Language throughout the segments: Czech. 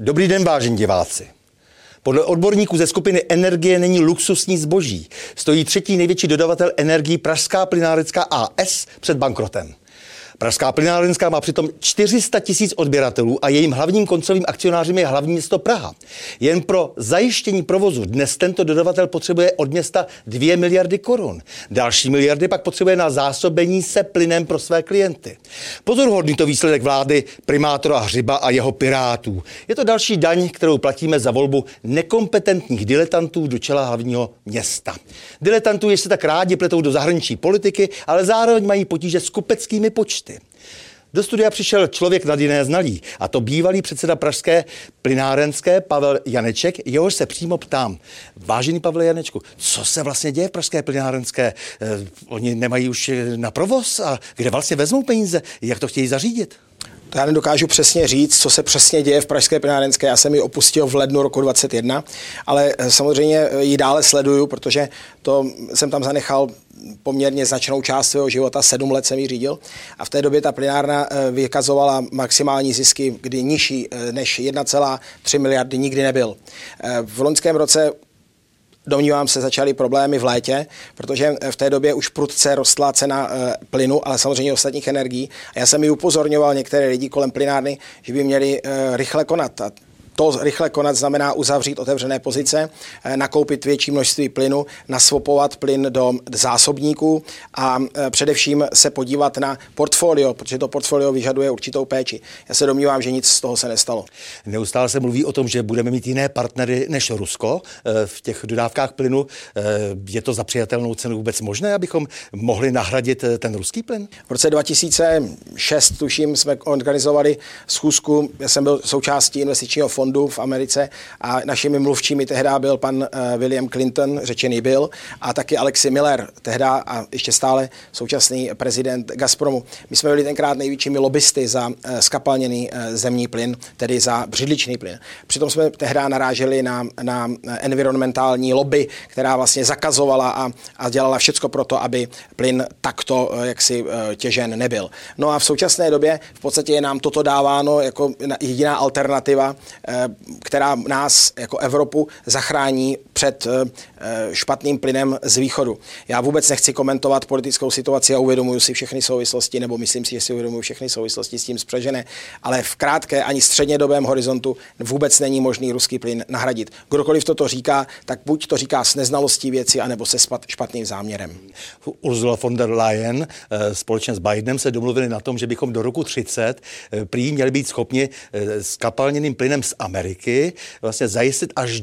Dobrý den, vážení diváci. Podle odborníků ze skupiny Energie není luxusní zboží. Stojí třetí největší dodavatel energií Pražská plynárenská a.s. před bankrotem. Pražská plynárenská má přitom 400 000 odběratelů a jejím hlavním koncovým akcionářem je hlavní město Praha. Jen pro zajištění provozu dnes tento dodavatel potřebuje od města 2 miliardy korun. Další miliardy pak potřebuje na zásobení se plynem pro své klienty. Pozoruhodný to výsledek vlády primátora Hřiba a jeho pirátů. Je to další daň, kterou platíme za volbu nekompetentních diletantů do čela hlavního města. Diletantů, jež se tak rádi pletou do zahraniční politiky, ale zároveň mají potíže s kupeckými počty. Do studia přišel člověk nad jiné znalý, a to bývalý předseda Pražské plynárenské Pavel Janeček, jehož se přímo ptám. Vážený Pavle Janečku, co se vlastně děje v Pražské plynárenské? Oni nemají už na provoz a kde vlastně vezmou peníze? Jak to chtějí zařídit? To já nedokážu přesně říct, co se přesně děje v Pražské plynárenské. Já jsem ji opustil v lednu roku 2021, ale samozřejmě ji dále sleduju, protože to jsem tam zanechal poměrně značnou část svého života, 7 let jsem ji řídil a v té době ta plynárna vykazovala maximální zisky, kdy nižší než 1,3 miliardy nikdy nebyl. V loňském roce domnívám se, začaly problémy v létě, protože v té době už prudce rostla cena plynu, ale samozřejmě ostatních energií. A já jsem ji upozorňoval některé lidi kolem plynárny, že by měli rychle konat. A to rychle konat znamená uzavřít otevřené pozice, nakoupit větší množství plynu, naswapovat plyn do zásobníků a především se podívat na portfolio, protože to portfolio vyžaduje určitou péči. Já se domnívám, že nic z toho se nestalo. Neustále se mluví o tom, že budeme mít jiné partnery než Rusko v těch dodávkách plynu. Je to za přijatelnou cenu vůbec možné, abychom mohli nahradit ten ruský plyn? V roce 2006, tuším, jsme organizovali schůzku, já jsem byl součástí investičního fondu v Americe a našimi mluvčími tehdy byl pan William Clinton, řečený byl, a taky Alexi Miller, tehdy a ještě stále současný prezident Gazpromu. My jsme byli tenkrát největšími lobbysty za skapalněný zemní plyn, tedy za břidličný plyn. Přitom jsme tehdy naráželi na environmentální lobby, která vlastně zakazovala a dělala všecko pro to, aby plyn takto jaksi těžen nebyl. No a v současné době v podstatě je nám toto dáváno jako jediná alternativa, která nás jako Evropu zachrání před špatným plynem z východu. Já vůbec nechci komentovat politickou situaci a uvědomuji si všechny souvislosti, nebo myslím si, že si uvědomuji všechny souvislosti s tím spřažené, ale v krátké ani střednědobém horizontu vůbec není možný ruský plyn nahradit. Kdokoliv toto říká, tak buď to říká s neznalostí věci, anebo se špatným záměrem. Ursula von der Leyen společně s Bidenem se domluvili na tom, že bychom do roku 30 prý měli být schopni s kapalněným plynem z Ameriky vlastně zajistit až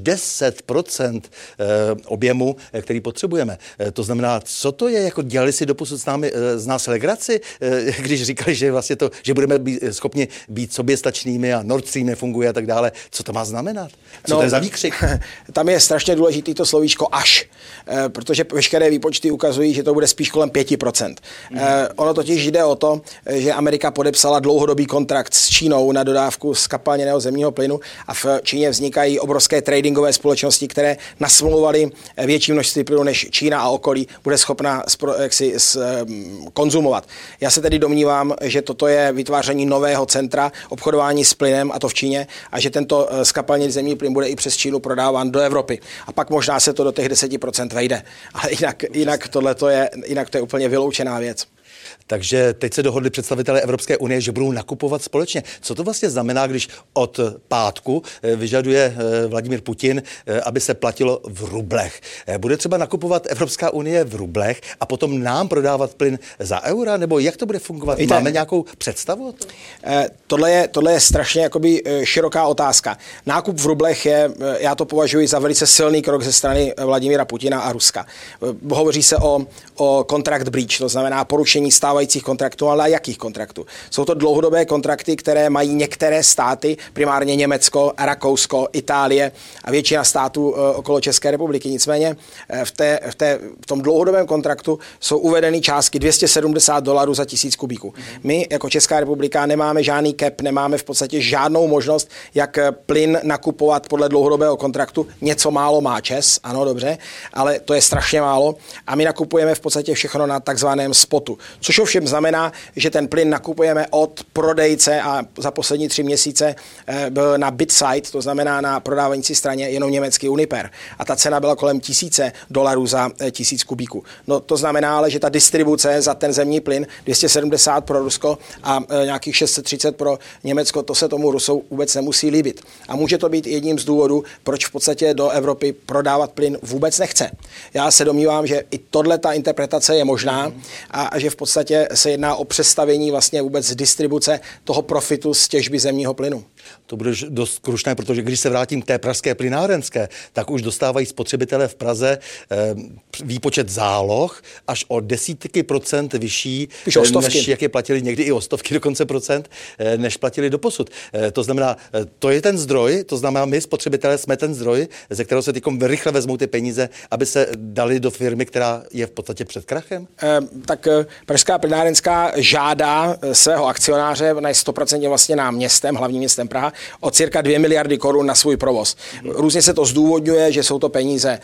10% objemu, který potřebujeme. To znamená, co to je, jako dělali si doposud z nás legraci, když říkali, že vlastně to, že budeme schopni být soběstačnými a Nord Stream nefunguje a tak dále. Co to má znamenat? Co to je za výkřik? Tam je strašně důležitý to slovíčko až, protože veškeré výpočty ukazují, že to bude spíš kolem 5%. Ono totiž jde o to, že Amerika podepsala dlouhodobý kontrakt s Čínou na dodávku skapalněného zemního plynu a v Číně vznikají obrovské tradingové společnosti, které nasmlouvaly větší množství plynu, než Čína a okolí bude schopna konzumovat. Já se tedy domnívám, že toto je vytváření nového centra obchodování s plynem, a to v Číně, a že tento skapalněný zemní plyn bude i přes Čínu prodáván do Evropy. A pak možná se to do těch 10% vejde. Ale jinak to je úplně vyloučená věc. Takže teď se dohodli představitelé Evropské unie, že budou nakupovat společně. Co to vlastně znamená, když od pátku vyžaduje Vladimír Putin, aby se platilo v rublech? Bude třeba nakupovat Evropská unie v rublech a potom nám prodávat plyn za eura? Nebo jak to bude fungovat? Máme nějakou představu o tom? Tohle je strašně jakoby široká otázka. Nákup v rublech já to považuji za velice silný krok ze strany Vladimíra Putina a Ruska. Hovoří se o contract breach, to znamená porušení stávajících kontraktů, ale jakých kontraktů? Jsou to dlouhodobé kontrakty, které mají některé státy, primárně Německo, Rakousko, Itálie a většina států okolo České republiky. Nicméně v tom dlouhodobém kontraktu jsou uvedeny částky $270 za 1000 kubíků. My jako Česká republika nemáme žádný cap, nemáme v podstatě žádnou možnost, jak plyn nakupovat podle dlouhodobého kontraktu. Něco málo má ČEZ, ano, dobře, ale to je strašně málo a my nakupujeme v podstatě všechno na takzvaném spotu. Což ovšem znamená, že ten plyn nakupujeme od prodejce a za poslední 3 měsíce byl na bid side, to znamená na prodávající straně jenom německý Uniper. A ta cena byla kolem $1000 za 1000 kubíků. No to znamená ale, že ta distribuce za ten zemní plyn 270 pro Rusko a nějakých 630 pro Německo, to se tomu Rusou vůbec nemusí líbit. A může to být jedním z důvodů, proč v podstatě do Evropy prodávat plyn vůbec nechce. Já se domnívám, že i ta interpretace je možná a že v podstatě se jedná o přestavění vlastně vůbec distribuce toho profitu z těžby zemního plynu. To bude dost krušné, protože když se vrátím k té pražské plynárenské, tak už dostávají spotřebitelé v Praze výpočet záloh až o desítky procent vyšší, než jak je platili někdy i o stovky dokonce procent, než platili doposud. To znamená, to je ten zdroj, to znamená, my spotřebitelé jsme ten zdroj, ze kterého se tykom rychle vezmou ty peníze, aby se dali do firmy, která je v podstatě před krachem? Tak pražská plynárenská žádá svého akcionáře, na 100% vlastně nám městem, hlavním městem Praha, o cirka 2 miliardy korun na svůj provoz. Různě se to zdůvodňuje, že jsou to peníze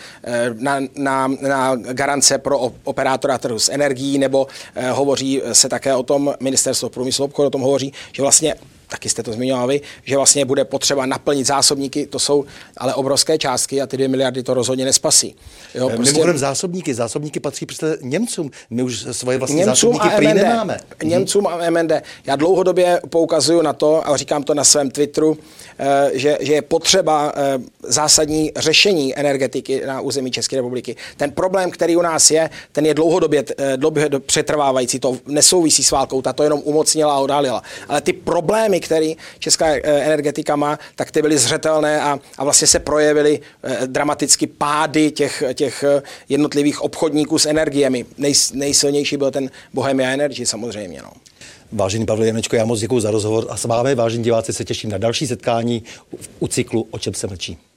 na garance pro operátora trhu s energií, nebo hovoří se také o tom, Ministerstvo průmyslu a obchodu o tom hovoří, že vlastně taky jste to zmiňoval vy, že vlastně bude potřeba naplnit zásobníky, to jsou ale obrovské částky a ty 2 miliardy to rozhodně nespasí. Jo, prostě... Mimochodem zásobníky patří prostě Němcům. My už svoje vlastní zásobníky prý nemáme. Němcům a MND. Já dlouhodobě poukazuju na to, a říkám to na svém Twitteru, že je potřeba zásadní řešení energetiky na území České republiky. Ten problém, který u nás je, ten je dlouhodobě přetrvávající. To nesouvisí s válkou, ta to jenom umocnila a odhalila. Ale ty problémy, který česká energetika má, tak ty byly zřetelné a vlastně se projevily dramaticky pády těch jednotlivých obchodníků s energiemi. Nejsilnější byl ten Bohemia Energy samozřejmě. No. Vážený Pavle Janečko, já moc děkuji za rozhovor a s vámi, vážení diváci, se těším na další setkání u cyklu O čem se mlčí.